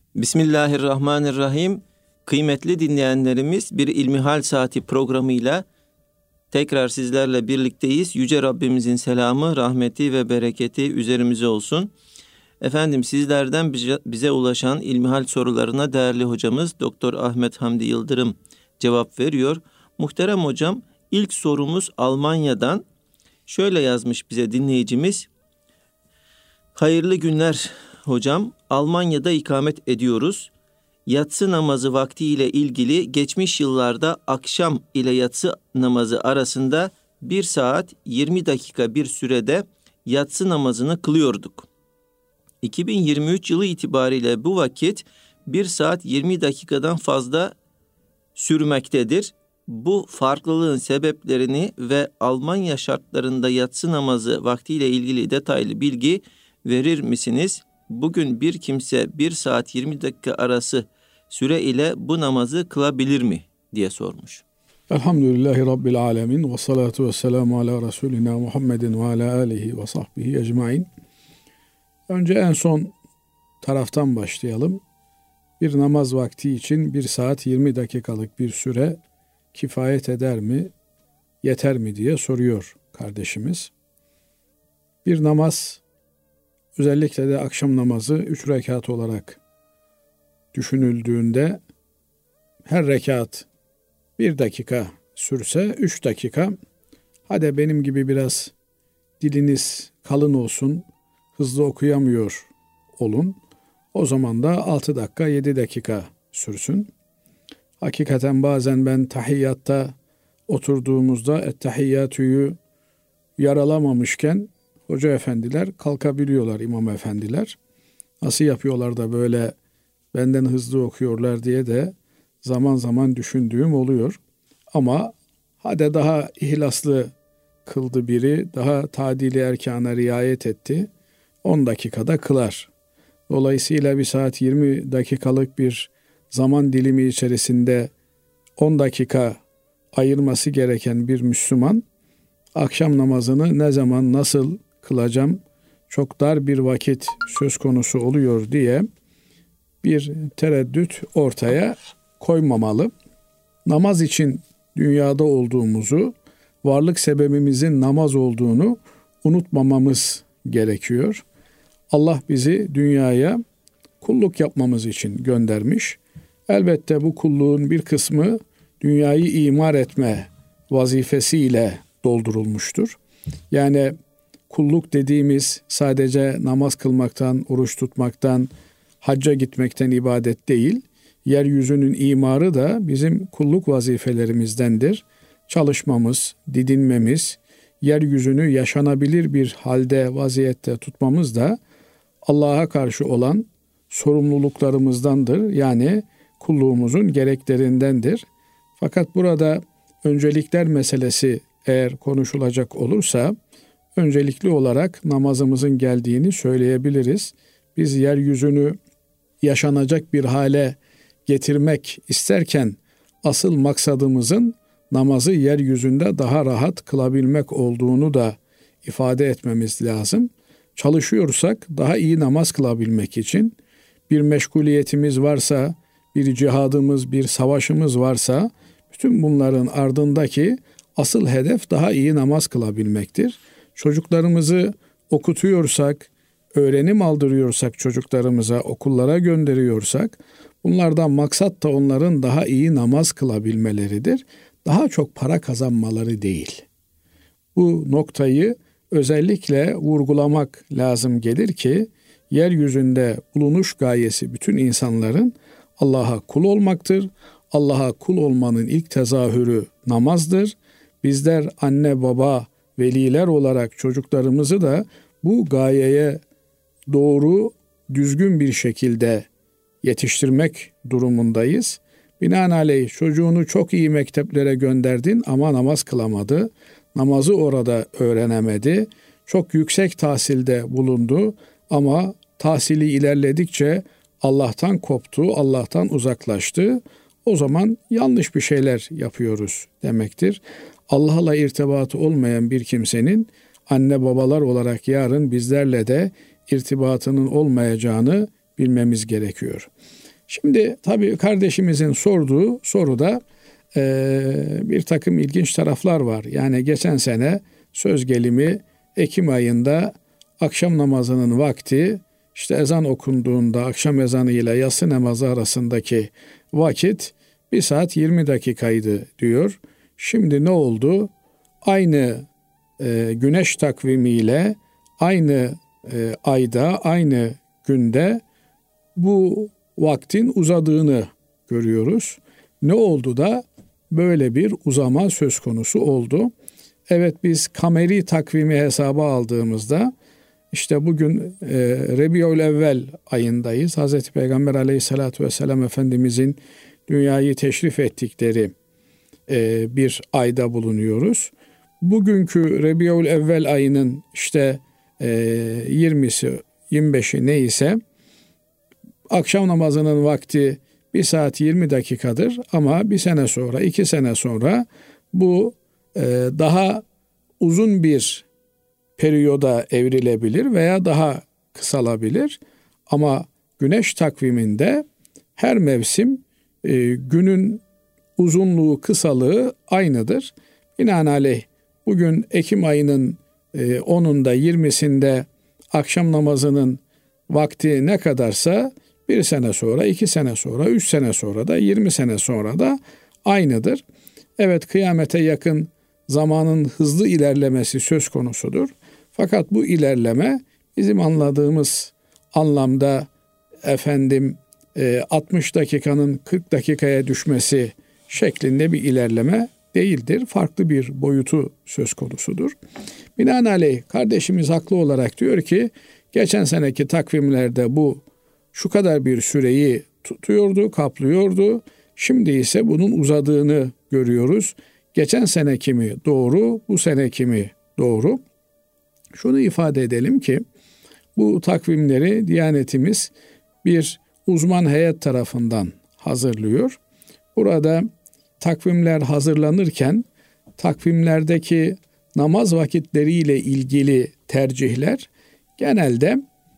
Bismillahirrahmanirrahim. Kıymetli dinleyenlerimiz, bir İlmihal Saati programıyla tekrar sizlerle birlikteyiz. Yüce Rabbimizin selamı, rahmeti ve bereketi üzerimize olsun. Efendim, sizlerden bize ulaşan İlmihal sorularına değerli hocamız Doktor Ahmet Hamdi Yıldırım cevap veriyor. Muhterem hocam, ilk sorumuz Almanya'dan. Şöyle yazmış bize dinleyicimiz. Hayırlı günler hocam. Almanya'da ikamet ediyoruz. Yatsı namazı vaktiyle ilgili geçmiş yıllarda akşam ile yatsı namazı arasında 1 saat 20 dakika bir sürede yatsı namazını kılıyorduk. 2023 yılı itibariyle bu vakit 1 saat 20 dakikadan fazla sürmektedir. Bu farklılığın sebeplerini ve Almanya şartlarında yatsı namazı vaktiyle ilgili detaylı bilgi verir misiniz? Bugün bir kimse 1 saat 20 dakika arası süre ile bu namazı kılabilir mi diye sormuş. Elhamdülillahi Rabbil alemin ve salatu ve selamu ala Resulina Muhammedin ve ala alihi ve sahbihi ecmain. Önce en son taraftan başlayalım. Bir namaz vakti için 1 saat 20 dakikalık bir süre kifayet eder mi, yeter mi diye soruyor kardeşimiz. Bir namaz, özellikle de akşam namazı 3 rekat olarak düşünüldüğünde her rekat 1 dakika sürse 3 dakika, hadi benim gibi biraz diliniz kalın olsun, hızlı okuyamıyor olun, o zaman da 6 dakika 7 dakika sürsün. Hakikaten bazen ben tahiyyatta oturduğumuzda ettehiyyatüyü yaralamamışken hoca efendiler kalkabiliyorlar, imam efendiler. Nasıl yapıyorlar da böyle benden hızlı okuyorlar diye de zaman zaman düşündüğüm oluyor. Ama hadi daha ihlaslı kıldı biri, daha tadili erkana riayet etti, 10 dakikada kılar. Dolayısıyla 1 saat 20 dakikalık bir zaman dilimi içerisinde 10 dakika ayırması gereken bir Müslüman, akşam namazını ne zaman nasıl kılacağım, çok dar bir vakit söz konusu oluyor diye bir tereddüt ortaya koymamalı. Namaz için dünyada olduğumuzu, varlık sebebimizin namaz olduğunu unutmamamız gerekiyor. Allah bizi dünyaya kulluk yapmamız için göndermiş. Elbette bu kulluğun bir kısmı dünyayı imar etme vazifesiyle doldurulmuştur. Yani kulluk dediğimiz sadece namaz kılmaktan, oruç tutmaktan, hacca gitmekten ibadet değil, yeryüzünün imarı da bizim kulluk vazifelerimizdendir. Çalışmamız, didinmemiz, yeryüzünü yaşanabilir bir halde, vaziyette tutmamız da Allah'a karşı olan sorumluluklarımızdandır. Yani kulluğumuzun gereklerindendir. Fakat burada öncelikler meselesi eğer konuşulacak olursa, öncelikli olarak namazımızın geldiğini söyleyebiliriz. Biz yeryüzünü yaşanacak bir hale getirmek isterken asıl maksadımızın namazı yeryüzünde daha rahat kılabilmek olduğunu da ifade etmemiz lazım. Çalışıyorsak daha iyi namaz kılabilmek için, bir meşguliyetimiz varsa, bir cihadımız, bir savaşımız varsa, bütün bunların ardındaki asıl hedef daha iyi namaz kılabilmektir. Çocuklarımızı okutuyorsak, öğrenim aldırıyorsak çocuklarımıza, okullara gönderiyorsak, bunlardan maksat da onların daha iyi namaz kılabilmeleridir. Daha çok para kazanmaları değil. Bu noktayı özellikle vurgulamak lazım gelir ki, yeryüzünde bulunuş gayesi bütün insanların Allah'a kul olmaktır. Allah'a kul olmanın ilk tezahürü namazdır. Bizler anne baba, veliler olarak çocuklarımızı da bu gayeye doğru, düzgün bir şekilde yetiştirmek durumundayız. Binaenaleyh çocuğunu çok iyi mekteplere gönderdin ama namaz kılamadı. Namazı orada öğrenemedi. Çok yüksek tahsilde bulundu ama tahsili ilerledikçe Allah'tan koptu, Allah'tan uzaklaştı. O zaman yanlış bir şeyler yapıyoruz demektir. Allah'la irtibatı olmayan bir kimsenin anne babalar olarak yarın bizlerle de irtibatının olmayacağını bilmemiz gerekiyor. Şimdi tabii kardeşimizin sorduğu soruda bir takım ilginç taraflar var. Yani geçen sene söz gelimi Ekim ayında akşam namazının vakti, işte ezan okunduğunda akşam ezanı ile yatsı namazı arasındaki vakit 1 saat 20 dakikaydı diyor. Şimdi ne oldu? Aynı güneş takvimiyle aynı ayda, aynı günde bu vaktin uzadığını görüyoruz. Ne oldu da böyle bir uzama söz konusu oldu? Evet, biz kameri takvimi hesaba aldığımızda işte bugün Rebiülevvel ayındayız. Hazreti Peygamber Aleyhisselatü Vesselam Efendimizin dünyayı teşrif ettikleri bir ayda bulunuyoruz. Bugünkü Rebiülevvel ayının işte 20'si 25'i neyse akşam namazının vakti 1 saat 20 dakikadır ama 1 sene sonra 2 sene sonra bu daha uzun bir periyoda evrilebilir veya daha kısalabilir. Ama güneş takviminde her mevsim günün uzunluğu, kısalığı aynıdır. Binaenaleyh bugün Ekim ayının 10'unda 20'sinde akşam namazının vakti ne kadarsa 1 sene sonra, 2 sene sonra, 3 sene sonra da 20 sene sonra da aynıdır. Evet, kıyamete yakın zamanın hızlı ilerlemesi söz konusudur. Fakat bu ilerleme bizim anladığımız anlamda 60 dakikanın 40 dakikaya düşmesi şeklinde bir ilerleme değildir. Farklı bir boyutu söz konusudur. Binaenaleyh kardeşimiz haklı olarak diyor ki geçen seneki takvimlerde bu şu kadar bir süreyi tutuyordu, kaplıyordu. Şimdi ise bunun uzadığını görüyoruz. Geçen seneki mi doğru, bu seneki mi doğru? Şunu ifade edelim ki bu takvimleri Diyanetimiz bir uzman heyet tarafından hazırlıyor. Burada takvimler hazırlanırken takvimlerdeki namaz vakitleriyle ilgili tercihler genelde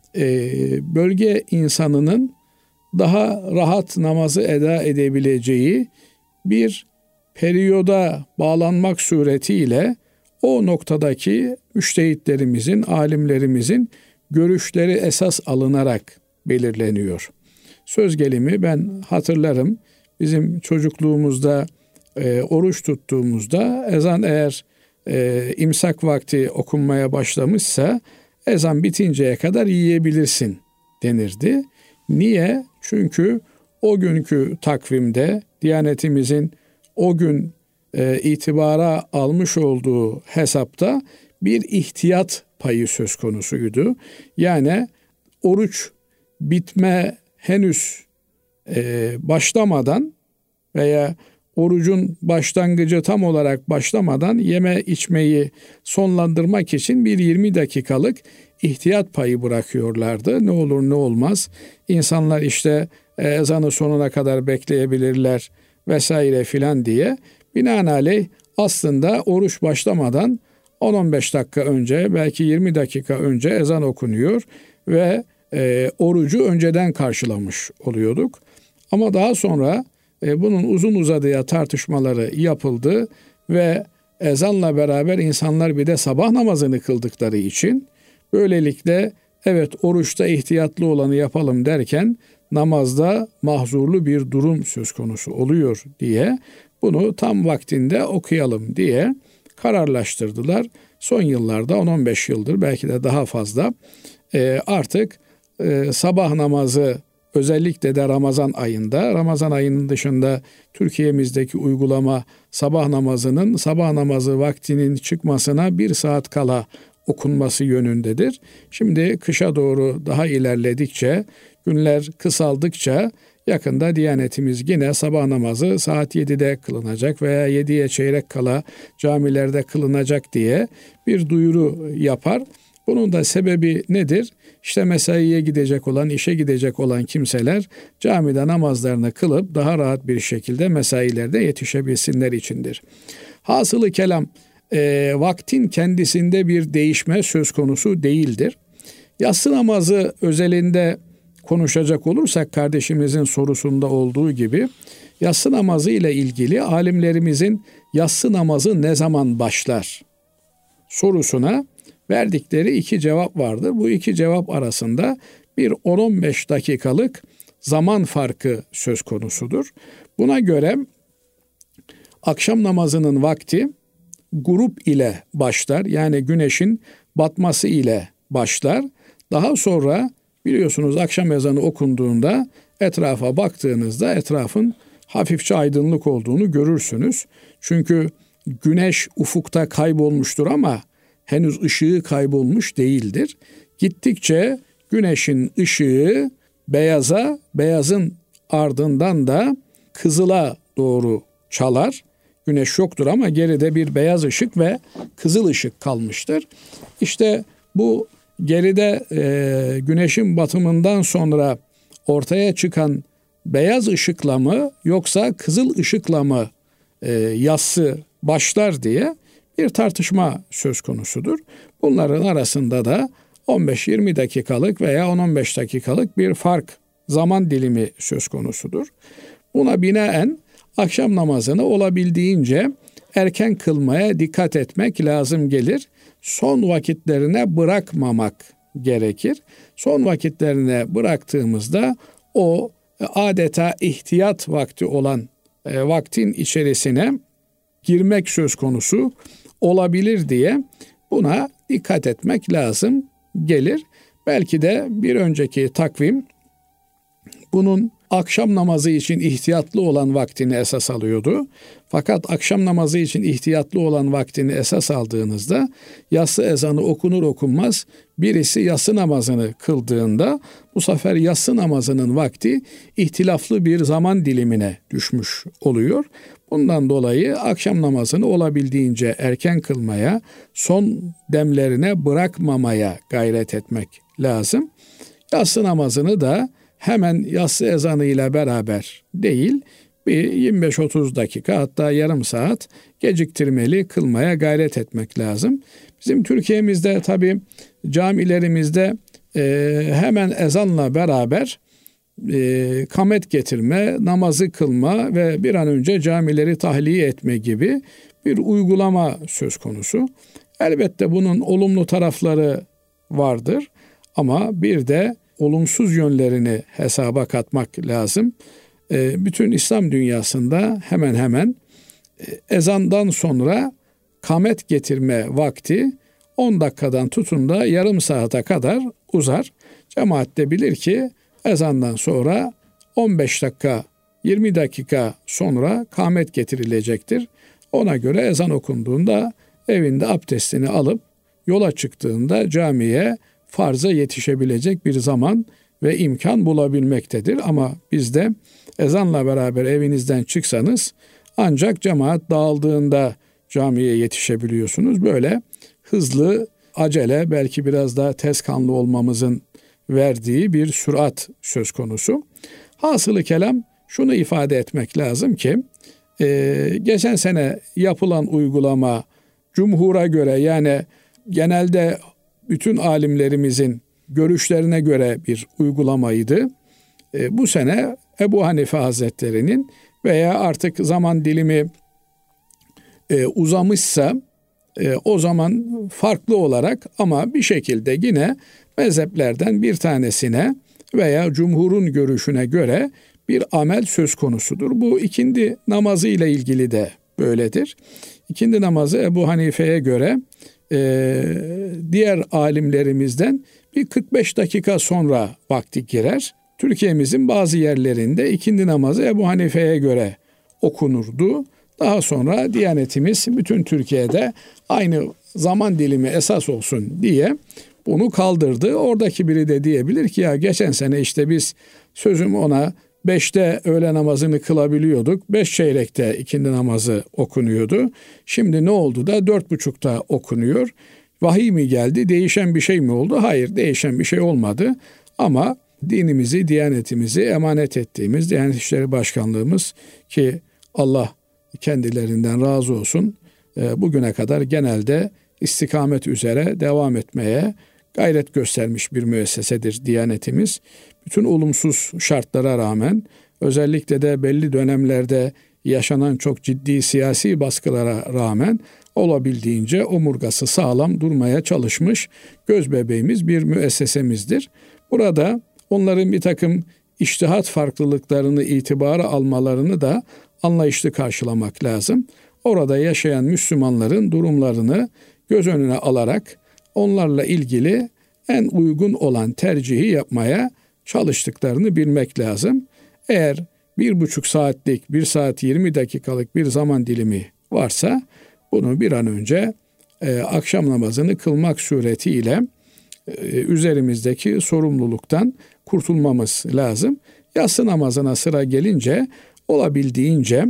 bölge insanının daha rahat namazı eda edebileceği bir periyoda bağlanmak suretiyle o noktadaki müştehitlerimizin, alimlerimizin görüşleri esas alınarak belirleniyor. Söz gelimi ben hatırlarım, bizim çocukluğumuzda oruç tuttuğumuzda ezan eğer imsak vakti okunmaya başlamışsa ezan bitinceye kadar yiyebilirsin denirdi. Niye? Çünkü o günkü takvimde Diyanetimizin o gün itibara almış olduğu hesapta bir ihtiyat payı söz konusuydu. Yani oruç bitme henüz başlamadan veya orucun başlangıcı tam olarak başlamadan yeme içmeyi sonlandırmak için bir 20 dakikalık ihtiyat payı bırakıyorlardı. Ne olur ne olmaz. İnsanlar işte ezanı sonuna kadar bekleyebilirler vesaire filan diye. Binaenaleyh aslında oruç başlamadan 10-15 dakika önce belki 20 dakika önce ezan okunuyor ve orucu önceden karşılamış oluyorduk. Ama daha sonra bunun uzun uzadıya tartışmaları yapıldı ve ezanla beraber insanlar bir de sabah namazını kıldıkları için böylelikle evet oruçta ihtiyatlı olanı yapalım derken namazda mahzurlu bir durum söz konusu oluyor diye bunu tam vaktinde okuyalım diye kararlaştırdılar. Son yıllarda 10-15 yıldır belki de daha fazla artık sabah namazı özellikle de Ramazan ayında, Ramazan ayının dışında Türkiye'mizdeki uygulama sabah namazı vaktinin çıkmasına 1 saat kala okunması yönündedir. Şimdi kışa doğru daha ilerledikçe, günler kısaldıkça yakında Diyanetimiz yine sabah namazı saat 7'de kılınacak veya 7'ye çeyrek kala camilerde kılınacak diye bir duyuru yapar. Bunun da sebebi nedir? İşte mesaiye gidecek olan, işe gidecek olan kimseler camide namazlarını kılıp daha rahat bir şekilde mesailerde yetişebilsinler içindir. Hasılı kelam, vaktin kendisinde bir değişme söz konusu değildir. Yatsı namazı özelinde konuşacak olursak kardeşimizin sorusunda olduğu gibi yatsı namazı ile ilgili alimlerimizin yatsı namazı ne zaman başlar sorusuna verdikleri 2 cevap vardır. Bu 2 cevap arasında bir 10-15 dakikalık zaman farkı söz konusudur. Buna göre akşam namazının vakti grup ile başlar. Yani güneşin batması ile başlar. Daha sonra biliyorsunuz akşam ezanı okunduğunda etrafa baktığınızda etrafın hafifçe aydınlık olduğunu görürsünüz. Çünkü güneş ufukta kaybolmuştur ama henüz ışığı kaybolmuş değildir. Gittikçe güneşin ışığı beyaza, beyazın ardından da kızıla doğru çalar. Güneş yoktur ama geride bir beyaz ışık ve kızıl ışık kalmıştır. İşte bu geride güneşin batımından sonra ortaya çıkan beyaz ışıkla mı yoksa kızıl ışıkla mı yatsı başlar diye bir tartışma söz konusudur. Bunların arasında da 15-20 dakikalık veya 10-15 dakikalık bir fark zaman dilimi söz konusudur. Buna binaen akşam namazını olabildiğince erken kılmaya dikkat etmek lazım gelir. Son vakitlerine bırakmamak gerekir. Son vakitlerine bıraktığımızda o adeta ihtiyat vakti olan vaktin içerisine girmek söz konusu olabilir diye buna dikkat etmek lazım gelir. Belki de bir önceki takvim bunun akşam namazı için ihtiyatlı olan vaktini esas alıyordu. Fakat akşam namazı için ihtiyatlı olan vaktini esas aldığınızda yatsı ezanı okunur okunmaz birisi yatsı namazını kıldığında bu sefer yatsı namazının vakti ihtilaflı bir zaman dilimine düşmüş oluyor. Bundan dolayı akşam namazını olabildiğince erken kılmaya, son demlerine bırakmamaya gayret etmek lazım. Yatsı namazını da hemen yatsı ezanı ile beraber değil, bir 25-30 dakika hatta yarım saat geciktirmeli kılmaya gayret etmek lazım. Bizim Türkiye'mizde tabii camilerimizde hemen ezanla beraber kamet getirme, namazı kılma ve bir an önce camileri tahliye etme gibi bir uygulama söz konusu. Elbette bunun olumlu tarafları vardır ama bir de olumsuz yönlerini hesaba katmak lazım. Bütün İslam dünyasında hemen hemen ezandan sonra kamet getirme vakti 10 dakikadan tutun da yarım saate kadar uzar. Cemaat de bilir ki ezandan sonra 15 dakika 20 dakika sonra kamet getirilecektir. Ona göre ezan okunduğunda evinde abdestini alıp yola çıktığında camiye farza yetişebilecek bir zaman ve imkan bulabilmektedir. Ama bizde ezanla beraber evinizden çıksanız ancak cemaat dağıldığında camiye yetişebiliyorsunuz. Böyle hızlı, acele, belki biraz daha tez kanlı olmamızın verdiği bir sürat söz konusu. Hasılı kelam şunu ifade etmek lazım ki geçen sene yapılan uygulama cumhura göre, yani genelde bütün alimlerimizin görüşlerine göre bir uygulamaydı. Bu sene Ebu Hanife Hazretleri'nin veya artık zaman dilimi uzamışsa o zaman farklı olarak ama bir şekilde yine mezheplerden bir tanesine veya cumhurun görüşüne göre bir amel söz konusudur. Bu ikindi namazı ile ilgili de böyledir. İkindi namazı Ebu Hanife'ye göre diğer alimlerimizden bir 45 dakika sonra vakti girer. Türkiye'mizin bazı yerlerinde ikindi namazı Ebu Hanife'ye göre okunurdu. Daha sonra Diyanetimiz bütün Türkiye'de aynı zaman dilimi esas olsun diye bunu kaldırdı. Oradaki biri de diyebilir ki ya geçen sene işte biz sözüm ona 5'te öğle namazını kılabiliyorduk. 5 çeyrekte ikindi namazı okunuyordu. Şimdi ne oldu da 4.30'da okunuyor. Vahiy mi geldi? Değişen bir şey mi oldu? Hayır, değişen bir şey olmadı. Ama dinimizi, diyanetimizi emanet ettiğimiz Diyanet İşleri Başkanlığımız, ki Allah kendilerinden razı olsun, bugüne kadar genelde istikamet üzere devam etmeye gayret göstermiş bir müessesedir Diyanetimiz. Bütün olumsuz şartlara rağmen, özellikle de belli dönemlerde yaşanan çok ciddi siyasi baskılara rağmen olabildiğince omurgası sağlam durmaya çalışmış gözbebeğimiz bir müessesemizdir. Burada onların bir takım içtihat farklılıklarını itibara almalarını da anlayışlı karşılamak lazım. Orada yaşayan Müslümanların durumlarını göz önüne alarak onlarla ilgili en uygun olan tercihi yapmaya çalıştıklarını bilmek lazım. Eğer 1,5 saatlik, 1 saat 20 dakikalık bir zaman dilimi varsa bunu bir an önce akşam namazını kılmak suretiyle üzerimizdeki sorumluluktan kurtulmamız lazım. Yatsı namazına sıra gelince olabildiğince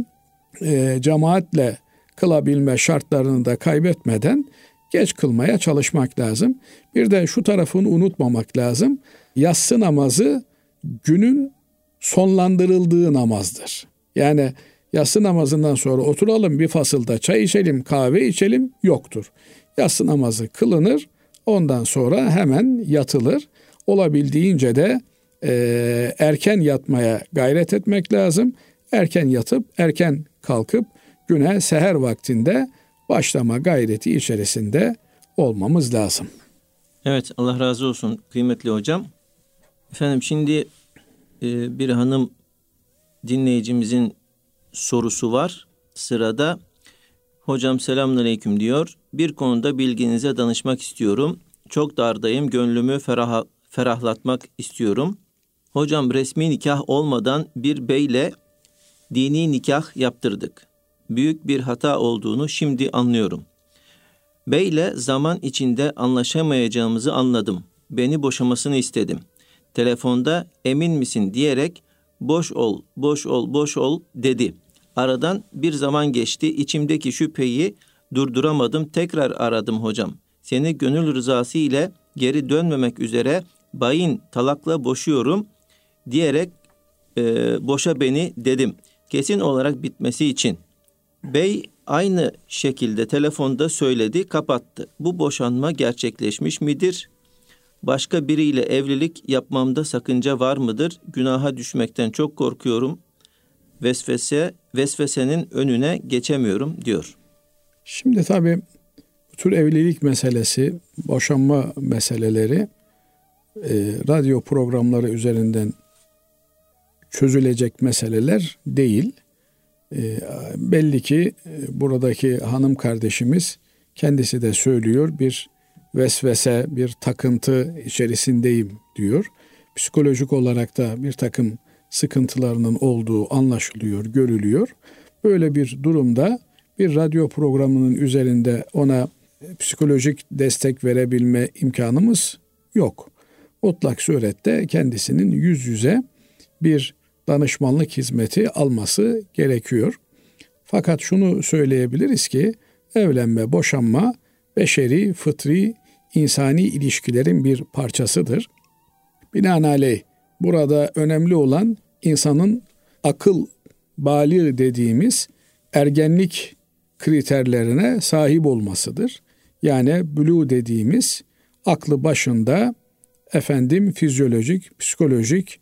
cemaatle kılabilme şartlarını da kaybetmeden geç kılmaya çalışmak lazım. Bir de şu tarafını unutmamak lazım. Yatsı namazı günün sonlandırıldığı namazdır. Yani yatsı namazından sonra oturalım bir fasılda çay içelim, kahve içelim yoktur. Yatsı namazı kılınır, ondan sonra hemen yatılır. Olabildiğince de erken yatmaya gayret etmek lazım. Erken yatıp erken kalkıp güne seher vaktinde başlama gayreti içerisinde olmamız lazım. Evet, Allah razı olsun kıymetli hocam. Efendim şimdi bir hanım dinleyicimizin sorusu var sırada. Hocam selamünaleyküm diyor. Bir konuda bilginize danışmak istiyorum. Çok dardayım, gönlümü ferahlatmak istiyorum. Hocam resmi nikah olmadan bir beyle dini nikah yaptırdık. Büyük bir hata olduğunu şimdi anlıyorum. Beyle zaman içinde anlaşamayacağımızı anladım. Beni boşamasını istedim. Telefonda emin misin diyerek boş ol, boş ol, boş ol dedi. Aradan bir zaman geçti. İçimdeki şüpheyi durduramadım. Tekrar aradım hocam. Seni gönül rızası ile geri dönmemek üzere bayin talakla boşuyorum diyerek boşa beni dedim. Kesin olarak bitmesi için. Bey aynı şekilde telefonda söyledi, kapattı. Bu boşanma gerçekleşmiş midir? Başka biriyle evlilik yapmamda sakınca var mıdır? Günaha düşmekten çok korkuyorum. Vesvesenin önüne geçemiyorum diyor. Şimdi tabii bu tür evlilik meselesi, boşanma meseleleri radyo programları üzerinden çözülecek meseleler değil. Belli ki buradaki hanım kardeşimiz kendisi de söylüyor, bir vesvese, bir takıntı içerisindeyim diyor. Psikolojik olarak da bir takım sıkıntılarının olduğu anlaşılıyor, görülüyor. Böyle bir durumda bir radyo programının üzerinde ona psikolojik destek verebilme imkanımız yok. Mutlak surette kendisinin yüz yüze bir danışmanlık hizmeti alması gerekiyor. Fakat şunu söyleyebiliriz ki evlenme, boşanma beşeri, fıtri, insani ilişkilerin bir parçasıdır. Binaenaleyh burada önemli olan insanın akıl bâligh dediğimiz ergenlik kriterlerine sahip olmasıdır. Yani bülû dediğimiz aklı başında fizyolojik, psikolojik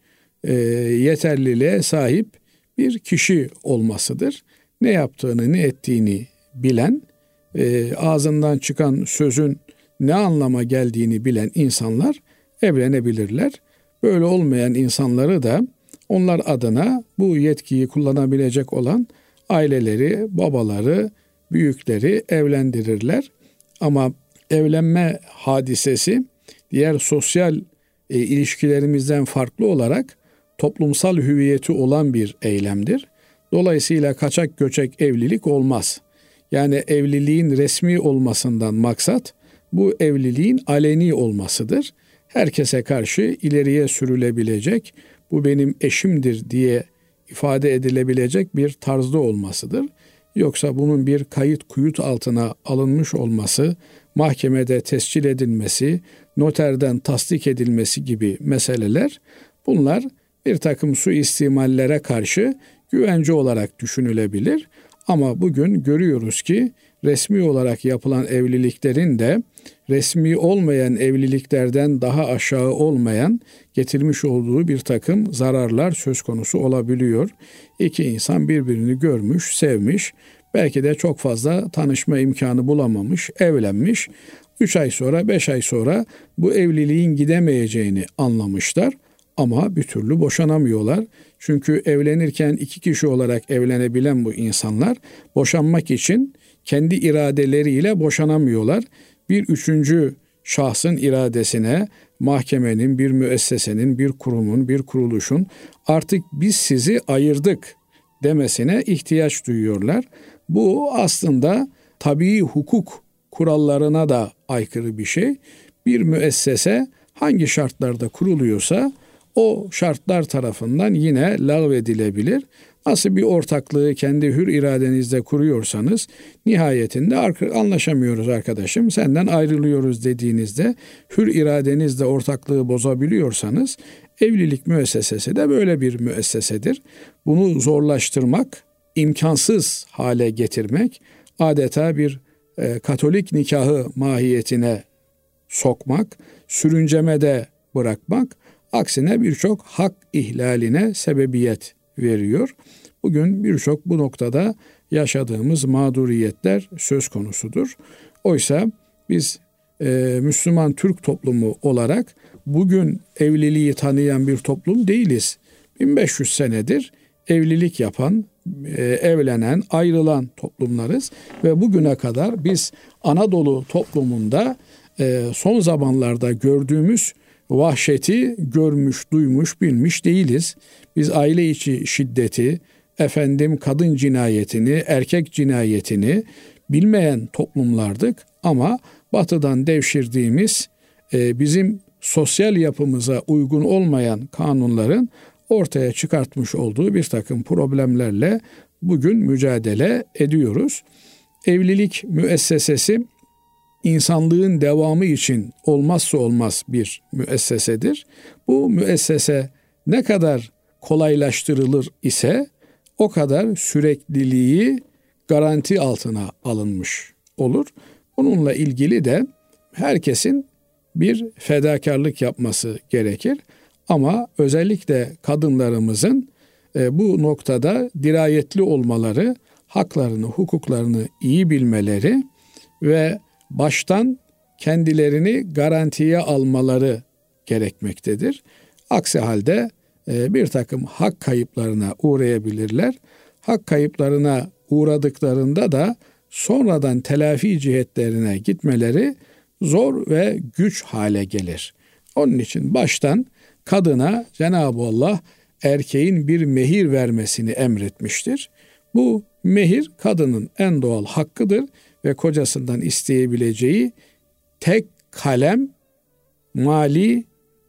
yeterliliğe sahip bir kişi olmasıdır. Ne yaptığını, ne ettiğini bilen, ağzından çıkan sözün ne anlama geldiğini bilen insanlar evlenebilirler. Böyle olmayan insanları da onlar adına bu yetkiyi kullanabilecek olan aileleri, babaları, büyükleri evlendirirler. Ama evlenme hadisesi diğer sosyal ilişkilerimizden farklı olarak toplumsal hüviyeti olan bir eylemdir. Dolayısıyla kaçak göçek evlilik olmaz. Yani evliliğin resmi olmasından maksat bu evliliğin aleni olmasıdır. Herkese karşı ileriye sürülebilecek, bu benim eşimdir diye ifade edilebilecek bir tarzda olmasıdır. Yoksa bunun bir kayıt kuyut altına alınmış olması, mahkemede tescil edilmesi, noterden tasdik edilmesi gibi meseleler, bunlar bir takım suistimallere karşı güvence olarak düşünülebilir. Ama bugün görüyoruz ki resmi olarak yapılan evliliklerin de resmi olmayan evliliklerden daha aşağı olmayan getirmiş olduğu bir takım zararlar söz konusu olabiliyor. İki insan birbirini görmüş, sevmiş, belki de çok fazla tanışma imkanı bulamamış, evlenmiş. 3 ay sonra, 5 ay sonra bu evliliğin gidemeyeceğini anlamışlar ama bir türlü boşanamıyorlar. Çünkü evlenirken 2 kişi olarak evlenebilen bu insanlar boşanmak için kendi iradeleriyle boşanamıyorlar. Bir üçüncü şahsın iradesine, mahkemenin, bir müessesenin, bir kurumun, bir kuruluşun artık biz sizi ayırdık demesine ihtiyaç duyuyorlar. Bu aslında tabii hukuk kurallarına da aykırı bir şey. Bir müessese hangi şartlarda kuruluyorsa o şartlar tarafından yine lağvedilebilir. Nasıl bir ortaklığı kendi hür iradenizle kuruyorsanız nihayetinde anlaşamıyoruz arkadaşım, senden ayrılıyoruz dediğinizde hür iradenizle ortaklığı bozabiliyorsanız evlilik müessesesi de böyle bir müessesedir. Bunu zorlaştırmak, imkansız hale getirmek, adeta bir Katolik nikahı mahiyetine sokmak, sürüncemede bırakmak, aksine birçok hak ihlaline sebebiyet veriyor. Bugün birçok bu noktada yaşadığımız mağduriyetler söz konusudur. Oysa biz Müslüman Türk toplumu olarak bugün evliliği tanıyan bir toplum değiliz. 1500 senedir evlilik yapan, evlenen, ayrılan toplumlarız ve bugüne kadar biz Anadolu toplumunda son zamanlarda gördüğümüz vahşeti görmüş, duymuş, bilmiş değiliz. Biz aile içi şiddeti, kadın cinayetini, erkek cinayetini bilmeyen toplumlardık ama Batı'dan devşirdiğimiz bizim sosyal yapımıza uygun olmayan kanunların ortaya çıkartmış olduğu bir takım problemlerle bugün mücadele ediyoruz. Evlilik müessesesi insanlığın devamı için olmazsa olmaz bir müessesedir. Bu müessese ne kadar kolaylaştırılır ise o kadar sürekliliği garanti altına alınmış olur. Bununla ilgili de herkesin bir fedakarlık yapması gerekir. Ama özellikle kadınlarımızın bu noktada dirayetli olmaları, haklarını, hukuklarını iyi bilmeleri ve baştan kendilerini garantiye almaları gerekmektedir. Aksi halde bir takım hak kayıplarına uğrayabilirler. Hak kayıplarına uğradıklarında da sonradan telafi cihetlerine gitmeleri zor ve güç hale gelir. Onun için baştan kadına Cenab-ı Allah erkeğin bir mehir vermesini emretmiştir. Bu mehir kadının en doğal hakkıdır ve kocasından isteyebileceği tek kalem mali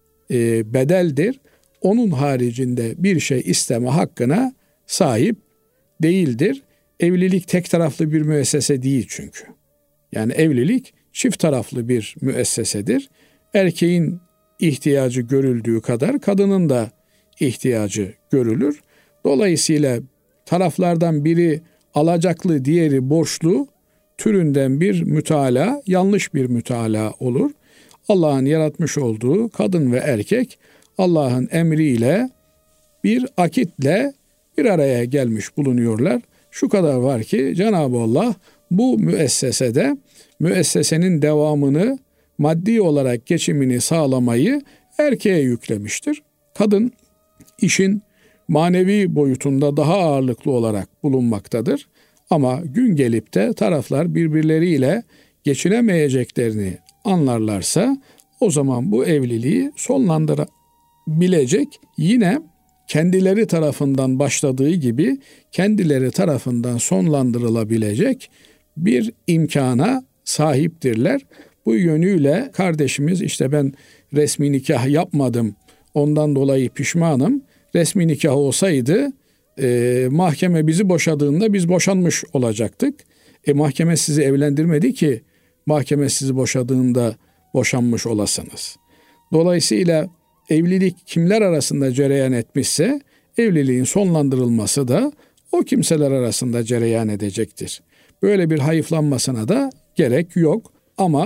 bedeldir. Onun haricinde bir şey isteme hakkına sahip değildir. Evlilik tek taraflı bir müessese değil çünkü. Yani evlilik çift taraflı bir müessesedir. Erkeğin ihtiyacı görüldüğü kadar kadının da ihtiyacı görülür. Dolayısıyla taraflardan biri alacaklı, diğeri borçlu türünden bir mütalaa, yanlış bir mütalaa olur. Allah'ın yaratmış olduğu kadın ve erkek Allah'ın emriyle bir akitle bir araya gelmiş bulunuyorlar. Şu kadar var ki Cenab-ı Allah bu müessesede müessesenin devamını, maddi olarak geçimini sağlamayı erkeğe yüklemiştir. Kadın işin manevi boyutunda daha ağırlıklı olarak bulunmaktadır. Ama gün gelip de taraflar birbirleriyle geçinemeyeceklerini anlarlarsa o zaman bu evliliği sonlandırabilecek, yine kendileri tarafından başladığı gibi kendileri tarafından sonlandırılabilecek bir imkana sahiptirler. Bu yönüyle kardeşimiz işte ben resmi nikah yapmadım, ondan dolayı pişmanım. Resmi nikah olsaydı mahkeme bizi boşadığında biz boşanmış olacaktık. Mahkeme sizi evlendirmedi ki mahkeme sizi boşadığında boşanmış olasınız. Dolayısıyla evlilik kimler arasında cereyan etmişse evliliğin sonlandırılması da o kimseler arasında cereyan edecektir. Böyle bir hayıflanmasına da gerek yok ama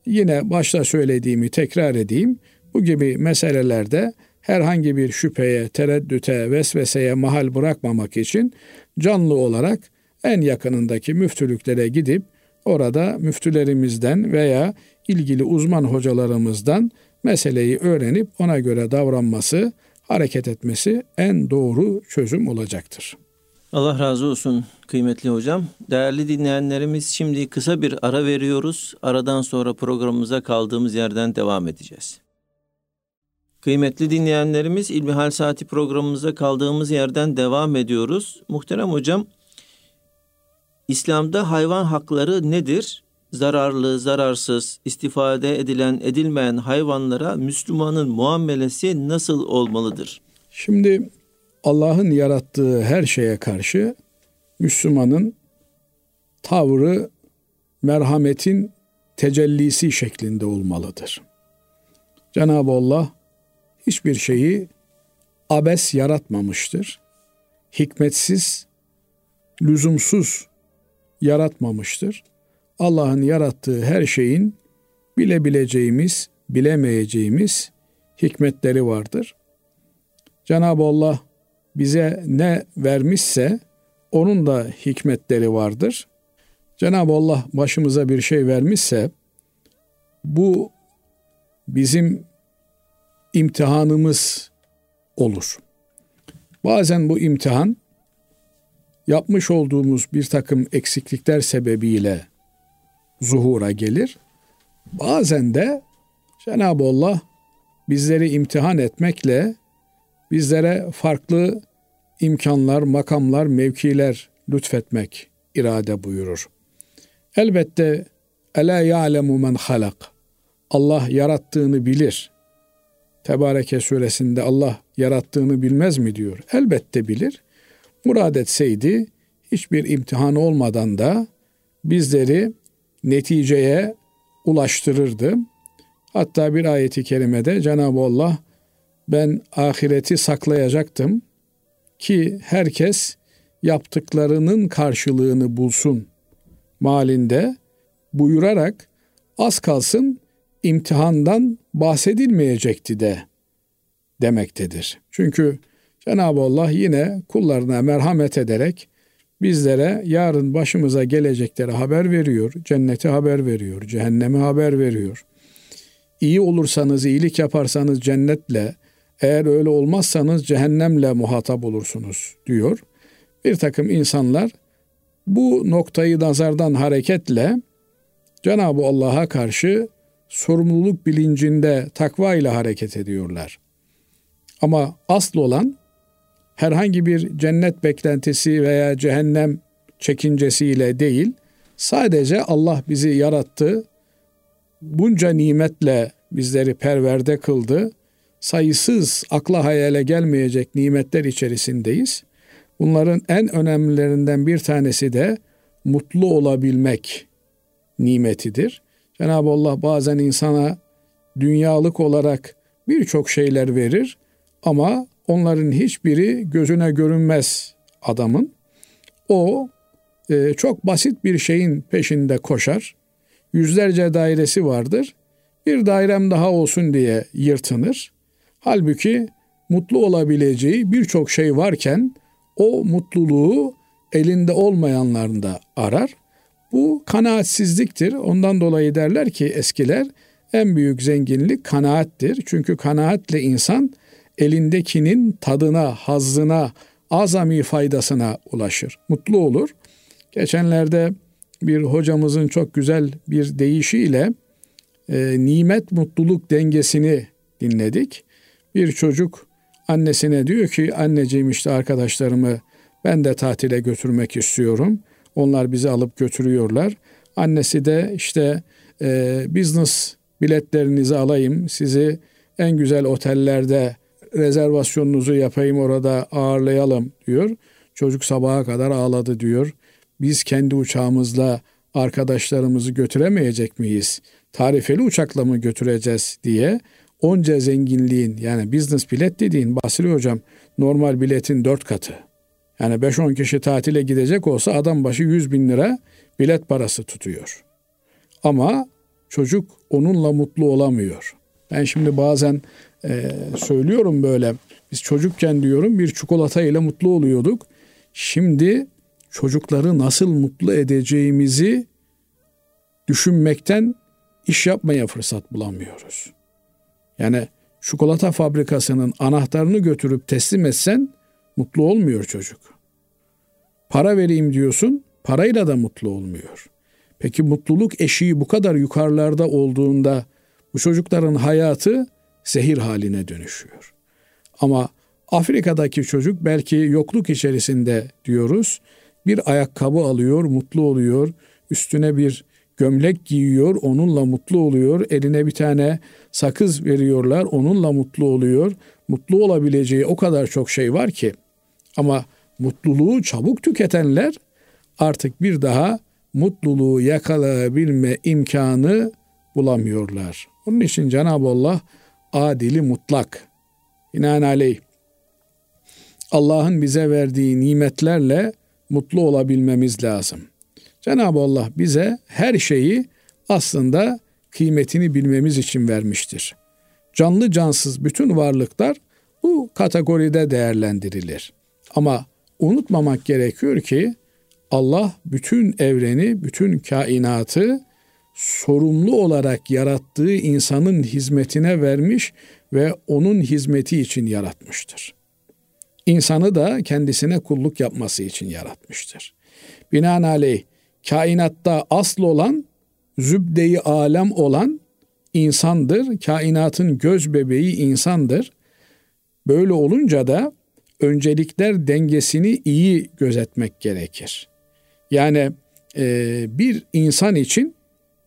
yine başta söylediğimi tekrar edeyim. Bu gibi meselelerde herhangi bir şüpheye, tereddüte, vesveseye mahal bırakmamak için canlı olarak en yakınındaki müftülüklere gidip orada müftülerimizden veya ilgili uzman hocalarımızdan meseleyi öğrenip ona göre davranması, hareket etmesi en doğru çözüm olacaktır. Allah razı olsun kıymetli hocam. Değerli dinleyenlerimiz, şimdi kısa bir ara veriyoruz. Aradan sonra programımıza kaldığımız yerden devam edeceğiz. Kıymetli dinleyenlerimiz, İlmihal Saati programımıza kaldığımız yerden devam ediyoruz. Muhterem hocam, İslam'da hayvan hakları nedir? Zararlı, zararsız, istifade edilen, edilmeyen hayvanlara Müslümanın muamelesi nasıl olmalıdır? Şimdi Allah'ın yarattığı her şeye karşı Müslümanın tavrı merhametin tecellisi şeklinde olmalıdır. Cenab-ı Allah hiçbir şeyi abes yaratmamıştır. Hikmetsiz, lüzumsuz yaratmamıştır. Allah'ın yarattığı her şeyin bilebileceğimiz, bilemeyeceğimiz hikmetleri vardır. Cenab-ı Allah bize ne vermişse onun da hikmetleri vardır. Cenab-ı Allah başımıza bir şey vermişse bu bizim imtihanımız olur. Bazen bu imtihan yapmış olduğumuz bir takım eksiklikler sebebiyle zuhura gelir. Bazen de Cenab-ı Allah bizleri imtihan etmekle bizlere farklı imkanlar, makamlar, mevkiler lütfetmek irade buyurur. Elbette Ela ya'lemu men halak. Allah yarattığını bilir. Tebareke suresinde Allah yarattığını bilmez mi diyor. Elbette bilir. Murad etseydi hiçbir imtihan olmadan da bizleri neticeye ulaştırırdı. Hatta bir ayeti kerimede Cenab-ı Allah ben ahireti saklayacaktım ki herkes yaptıklarının karşılığını bulsun malinde buyurarak az kalsın imtihandan bahsedilmeyecekti de demektedir. Çünkü Cenab-ı Allah yine kullarına merhamet ederek bizlere yarın başımıza gelecekleri haber veriyor, cenneti haber veriyor, cehennemi haber veriyor. İyi olursanız, iyilik yaparsanız cennetle, eğer öyle olmazsanız cehennemle muhatap olursunuz diyor. Bir takım insanlar bu noktayı nazardan hareketle Cenab-ı Allah'a karşı sorumluluk bilincinde takva ile hareket ediyorlar. Ama asıl olan herhangi bir cennet beklentisi veya cehennem çekincesiyle değil, sadece Allah bizi yarattı, bunca nimetle bizleri perverde kıldı, sayısız akla hayale gelmeyecek nimetler içerisindeyiz. Bunların en önemlilerinden bir tanesi de mutlu olabilmek nimetidir. Cenab-ı Allah bazen insana dünyalık olarak birçok şeyler verir ama onların hiçbiri gözüne görünmez adamın. O çok basit bir şeyin peşinde koşar. Yüzlerce dairesi vardır. Bir dairem daha olsun diye yırtınır. Halbuki mutlu olabileceği birçok şey varken o mutluluğu elinde olmayanlarında arar. Bu kanaatsizliktir. Ondan dolayı derler ki eskiler en büyük zenginlik kanaattir. Çünkü kanaatle insan elindekinin tadına, hazzına, azami faydasına ulaşır. Mutlu olur. Geçenlerde bir hocamızın çok güzel bir deyişiyle nimet mutluluk dengesini dinledik. Bir çocuk annesine diyor ki anneciğim işte arkadaşlarımı ben de tatile götürmek istiyorum. Onlar bizi alıp götürüyorlar. Annesi de işte business biletlerinizi alayım, sizi en güzel otellerde rezervasyonunuzu yapayım, orada ağırlayalım diyor. Çocuk sabaha kadar ağladı diyor. Biz kendi uçağımızla arkadaşlarımızı götüremeyecek miyiz? Tarifeli uçakla mı götüreceğiz diye onca zenginliğin, yani business bilet dediğin Basri hocam normal biletin 4 katı. Yani 5-10 kişi tatile gidecek olsa adam başı 100.000 lira bilet parası tutuyor. Ama çocuk onunla mutlu olamıyor. Ben şimdi bazen söylüyorum böyle, biz çocukken diyorum bir çikolata ile mutlu oluyorduk. Şimdi çocukları nasıl mutlu edeceğimizi düşünmekten iş yapmaya fırsat bulamıyoruz. Yani çikolata fabrikasının anahtarını götürüp teslim etsen mutlu olmuyor çocuk. Para vereyim diyorsun, parayla da mutlu olmuyor. Peki mutluluk eşiği bu kadar yukarılarda olduğunda bu çocukların hayatı zehir haline dönüşüyor. Ama Afrika'daki çocuk belki yokluk içerisinde diyoruz, bir ayakkabı alıyor, mutlu oluyor, üstüne bir gömlek giyiyor, onunla mutlu oluyor, eline bir tane sakız veriyorlar, onunla mutlu oluyor. Mutlu olabileceği o kadar çok şey var ki, ama mutluluğu çabuk tüketenler artık bir daha mutluluğu yakalayabilme imkanı bulamıyorlar. Onun için Cenab-ı Allah adili mutlak. Binaenaleyh Allah'ın bize verdiği nimetlerle mutlu olabilmemiz lazım. Cenab-ı Allah bize her şeyi aslında kıymetini bilmemiz için vermiştir. Canlı cansız bütün varlıklar bu kategoride değerlendirilir. Ama unutmamak gerekiyor ki Allah bütün evreni, bütün kainatı sorumlu olarak yarattığı insanın hizmetine vermiş ve onun hizmeti için yaratmıştır. İnsanı da kendisine kulluk yapması için yaratmıştır. Binaenaleyh kainatta asıl olan, zübde-i alem olan insandır. Kainatın göz bebeği insandır. Böyle olunca da öncelikler dengesini iyi gözetmek gerekir. Yani bir insan için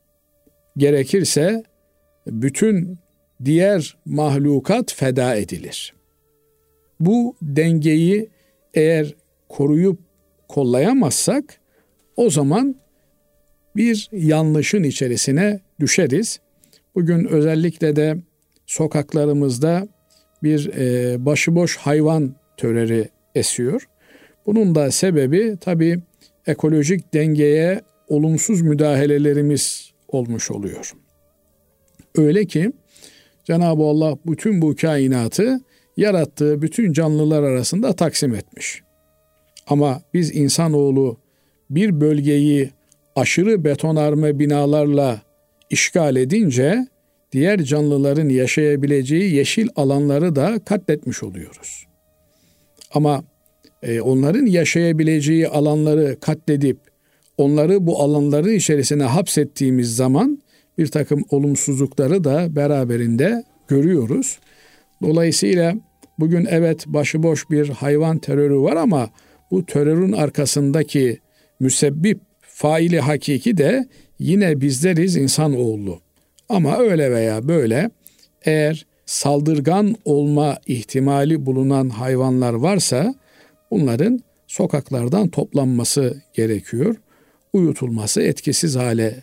gerekirse bütün diğer mahlukat feda edilir. Bu dengeyi eğer koruyup kollayamazsak o zaman bir yanlışın içerisine düşeriz. Bugün özellikle de sokaklarımızda bir başıboş hayvan terörü esiyor. Bunun da sebebi tabii ekolojik dengeye olumsuz müdahalelerimiz olmuş oluyor. Öyle ki Cenab-ı Allah bütün bu kainatı yarattığı bütün canlılar arasında taksim etmiş. Ama biz insanoğlu bir bölgeyi aşırı betonarme binalarla işgal edince diğer canlıların yaşayabileceği yeşil alanları da katletmiş oluyoruz. Ama onların yaşayabileceği alanları katledip onları bu alanların içerisine hapsettiğimiz zaman bir takım olumsuzlukları da beraberinde görüyoruz. Dolayısıyla bugün evet başıboş bir hayvan terörü var ama bu terörün arkasındaki müsebbip, faili hakiki de yine bizleriz, insanoğlu. Ama öyle veya böyle eğer saldırgan olma ihtimali bulunan hayvanlar varsa bunların sokaklardan toplanması gerekiyor. Uyutulması, etkisiz hale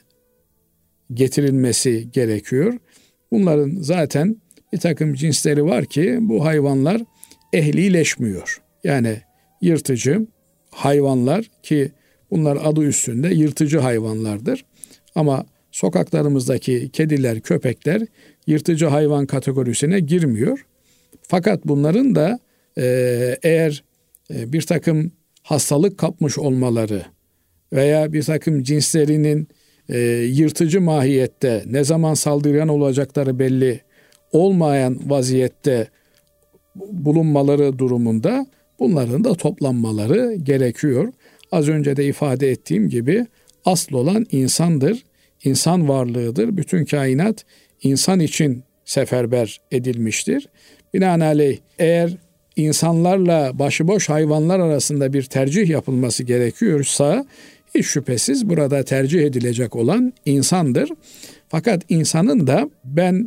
getirilmesi gerekiyor. Bunların zaten bir takım cinsleri var ki bu hayvanlar ehlileşmiyor. Yani yırtıcı hayvanlar ki bunlar adı üstünde yırtıcı hayvanlardır. Ama sokaklarımızdaki kediler, köpekler yırtıcı hayvan kategorisine girmiyor. Fakat bunların da eğer bir takım hastalık kapmış olmaları veya bir takım cinslerinin yırtıcı mahiyette ne zaman saldıran olacakları belli olmayan vaziyette bulunmaları durumunda bunların da toplanmaları gerekiyor. Az önce de ifade ettiğim gibi asıl olan insandır, insan varlığıdır. Bütün kainat insan için seferber edilmiştir. Binaenaleyh eğer insanlarla başıboş hayvanlar arasında bir tercih yapılması gerekiyorsa hiç şüphesiz burada tercih edilecek olan insandır. Fakat insanın da ben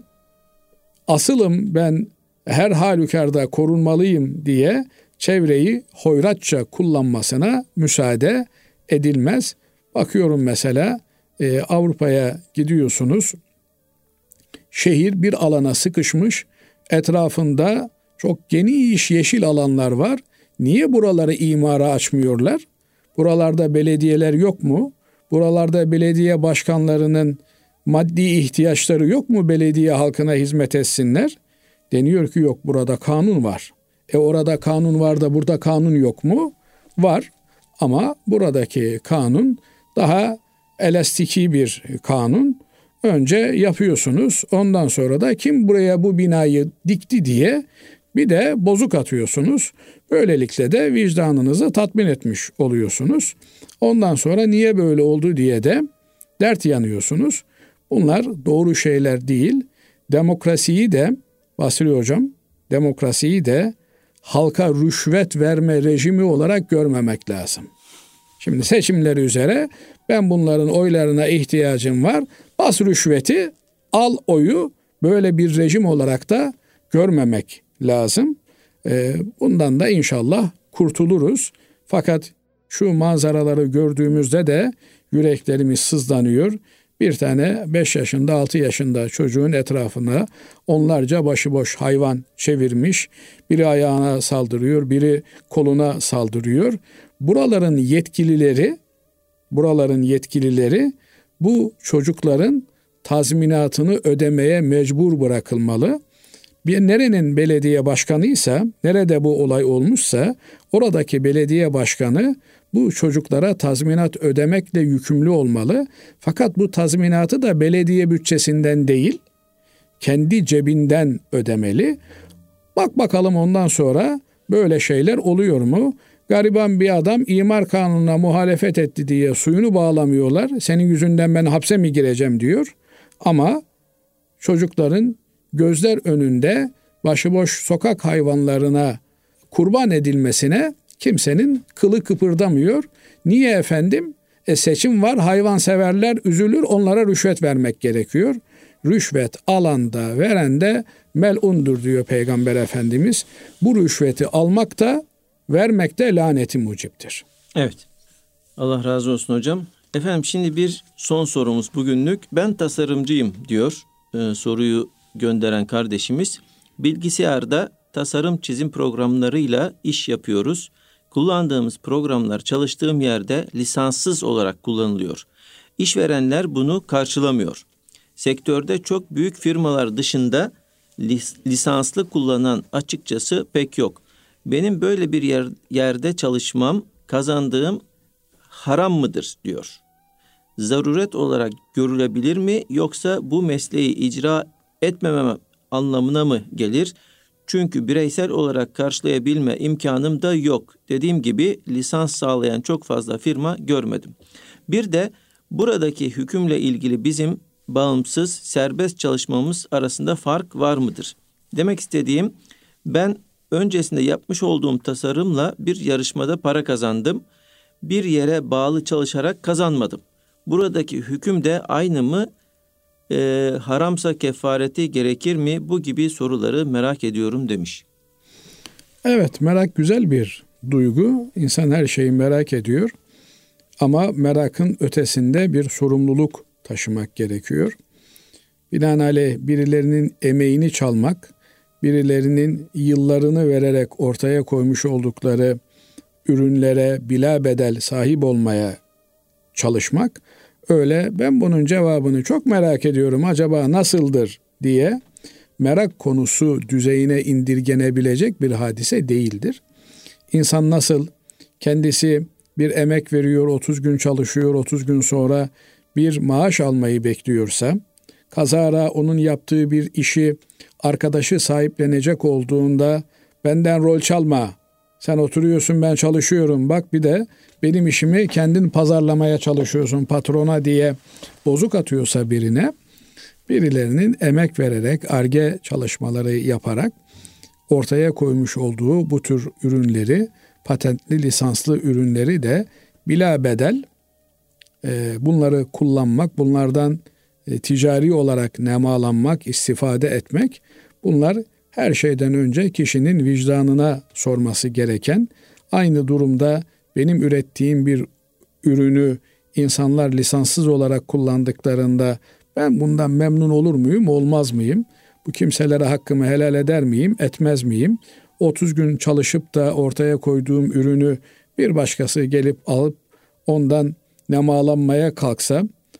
her halükarda korunmalıyım diye çevreyi hoyratça kullanmasına müsaade edilmez. Bakıyorum mesela Avrupa'ya gidiyorsunuz. Şehir bir alana sıkışmış. Etrafında çok geniş yeşil alanlar var. Niye buraları imara açmıyorlar? Buralarda belediyeler yok mu? Buralarda belediye başkanlarının maddi ihtiyaçları yok mu belediye halkına hizmet etsinler? Deniyor ki yok, burada kanun var. Orada kanun var da burada kanun yok mu? Var ama buradaki kanun daha elastiki bir kanun. Önce yapıyorsunuz, ondan sonra da kim buraya bu binayı dikti diye bir de bozuk atıyorsunuz. Böylelikle de vicdanınızı tatmin etmiş oluyorsunuz. Ondan sonra niye böyle oldu diye de dert yanıyorsunuz. Bunlar doğru şeyler değil. Demokrasiyi de Basri Hocam, demokrasiyi de halka rüşvet verme rejimi olarak görmemek lazım. Şimdi seçimleri üzere ben bunların oylarına ihtiyacım var. Bas rüşveti, al oyu, böyle bir rejim olarak da görmemek lazım. Bundan da inşallah kurtuluruz. Fakat şu manzaraları gördüğümüzde de yüreklerimiz sızlanıyor. Bir tane 5 yaşında 6 yaşında çocuğun etrafına onlarca başıboş hayvan çevirmiş. Biri ayağına saldırıyor, biri koluna saldırıyor. Buraların yetkilileri bu çocukların tazminatını ödemeye mecbur bırakılmalı. Nerenin belediye başkanıysa, nerede bu olay olmuşsa oradaki belediye başkanı bu çocuklara tazminat ödemekle yükümlü olmalı. Fakat bu tazminatı da belediye bütçesinden değil, kendi cebinden ödemeli. Bak bakalım ondan sonra böyle şeyler oluyor mu? Gariban bir adam imar kanununa muhalefet etti diye suyunu bağlamıyorlar. Senin yüzünden ben hapse mi gireceğim diyor. Ama çocukların gözler önünde başıboş sokak hayvanlarına kurban edilmesine kimsenin kılı kıpırdamıyor. Niye efendim? Seçim var, hayvanseverler üzülür, onlara rüşvet vermek gerekiyor. Rüşvet alanda verende melundur diyor Peygamber Efendimiz. Bu rüşveti almak da vermek de laneti muciptir. Evet. Allah razı olsun hocam. Efendim şimdi bir son sorumuz bugünlük. Ben tasarımcıyım diyor soruyu gönderen kardeşimiz. Bilgisayarda tasarım çizim programlarıyla iş yapıyoruz. Kullandığımız programlar çalıştığım yerde lisanssız olarak kullanılıyor. İşverenler bunu karşılamıyor. Sektörde çok büyük firmalar dışında lisanslı kullanan açıkçası pek yok. Benim böyle bir yerde çalışmam, kazandığım haram mıdır diyor. Zaruret olarak görülebilir mi yoksa bu mesleği icra etmemem anlamına mı gelir? Çünkü bireysel olarak karşılayabilme imkanım da yok. Dediğim gibi lisans sağlayan çok fazla firma görmedim. Bir de buradaki hükümle ilgili bizim bağımsız, serbest çalışmamız arasında fark var mıdır? Demek istediğim, ben öncesinde yapmış olduğum tasarımla bir yarışmada para kazandım. Bir yere bağlı çalışarak kazanmadım. Buradaki hüküm de aynı mı? Haramsa kefareti gerekir mi? Bu gibi soruları merak ediyorum demiş. Evet, merak güzel bir duygu. İnsan her şeyi merak ediyor. Ama merakın ötesinde bir sorumluluk taşımak gerekiyor. Binaenaleyh birilerinin emeğini çalmak, birilerinin yıllarını vererek ortaya koymuş oldukları ürünlere bilabedel sahip olmaya çalışmak, öyle ben bunun cevabını çok merak ediyorum acaba nasıldır diye merak konusu düzeyine indirgenebilecek bir hadise değildir. İnsan nasıl kendisi bir emek veriyor, 30 gün çalışıyor, 30 gün sonra bir maaş almayı bekliyorsa, kazara onun yaptığı bir işi arkadaşı sahiplenecek olduğunda benden rol çalma, sen oturuyorsun ben çalışıyorum, bak bir de benim işimi kendin pazarlamaya çalışıyorsun patrona diye bozuk atıyorsa birilerinin emek vererek, Ar-Ge çalışmaları yaparak ortaya koymuş olduğu bu tür ürünleri, patentli lisanslı ürünleri de bilabedel bunları kullanmak, bunlardan ticari olarak nemalanmak, istifade etmek, bunlar her şeyden önce kişinin vicdanına sorması gereken, aynı durumda benim ürettiğim bir ürünü insanlar lisanssız olarak kullandıklarında ben bundan memnun olur muyum, olmaz mıyım? Bu kimselere hakkımı helal eder miyim, etmez miyim? 30 gün çalışıp da ortaya koyduğum ürünü bir başkası gelip alıp ondan nemalanmaya kalksa,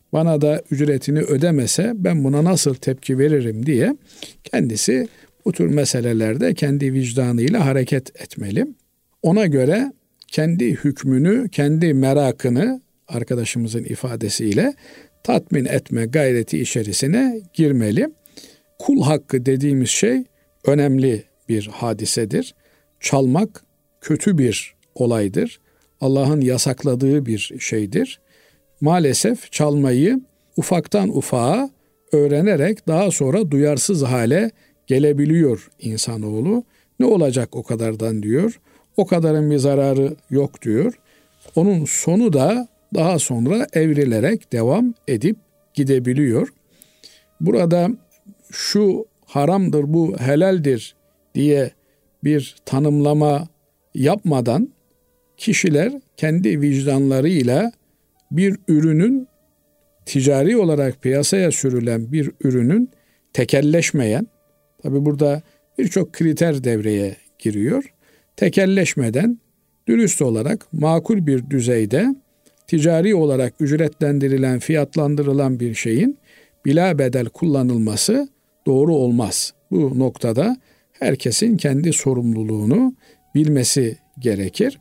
bana da ücretini ödemese ben buna nasıl tepki veririm diye kendisi bu tür meselelerde kendi vicdanıyla hareket etmeli. Ona göre kendi hükmünü, kendi merakını arkadaşımızın ifadesiyle tatmin etme gayreti içerisine girmeli. Kul hakkı dediğimiz şey önemli bir hadisedir. Çalmak kötü bir olaydır. Allah'ın yasakladığı bir şeydir. Maalesef çalmayı ufaktan ufağa öğrenerek daha sonra duyarsız hale gelebiliyor insanoğlu. Ne olacak o kadardan diyor. O kadarın bir zararı yok diyor. Onun sonu da daha sonra evrilerek devam edip gidebiliyor. Burada şu haramdır, bu helaldir diye bir tanımlama yapmadan kişiler kendi vicdanlarıyla bir ürünün, ticari olarak piyasaya sürülen bir ürünün tekelleşmeyen, tabi burada birçok kriter devreye giriyor. Tekelleşmeden dürüst olarak makul bir düzeyde ticari olarak ücretlendirilen, fiyatlandırılan bir şeyin bila bedel kullanılması doğru olmaz. Bu noktada herkesin kendi sorumluluğunu bilmesi gerekir.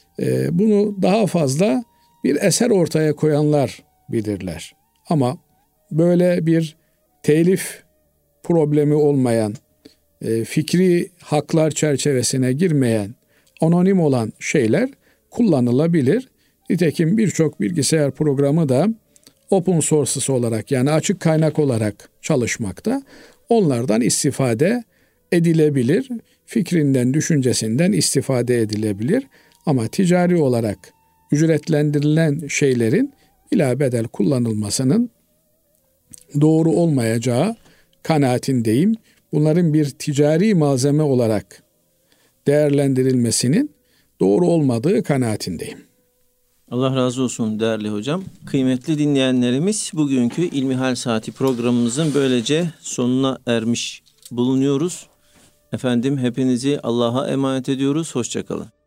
Bunu daha fazla bir eser ortaya koyanlar bilirler. Ama böyle bir telif problemi olmayan, fikri haklar çerçevesine girmeyen, anonim olan şeyler kullanılabilir. Nitekim birçok bilgisayar programı da open sources olarak, yani açık kaynak olarak çalışmakta. Onlardan istifade edilebilir. Fikrinden, düşüncesinden istifade edilebilir. Ama ticari olarak ücretlendirilen şeylerin bilabedel kullanılmasının doğru olmayacağı kanaatindeyim. Bunların bir ticari malzeme olarak değerlendirilmesinin doğru olmadığı kanaatindeyim. Allah razı olsun değerli hocam. Kıymetli dinleyenlerimiz, bugünkü İlmihal Saati programımızın böylece sonuna ermiş bulunuyoruz. Efendim hepinizi Allah'a emanet ediyoruz. Hoşça kalın.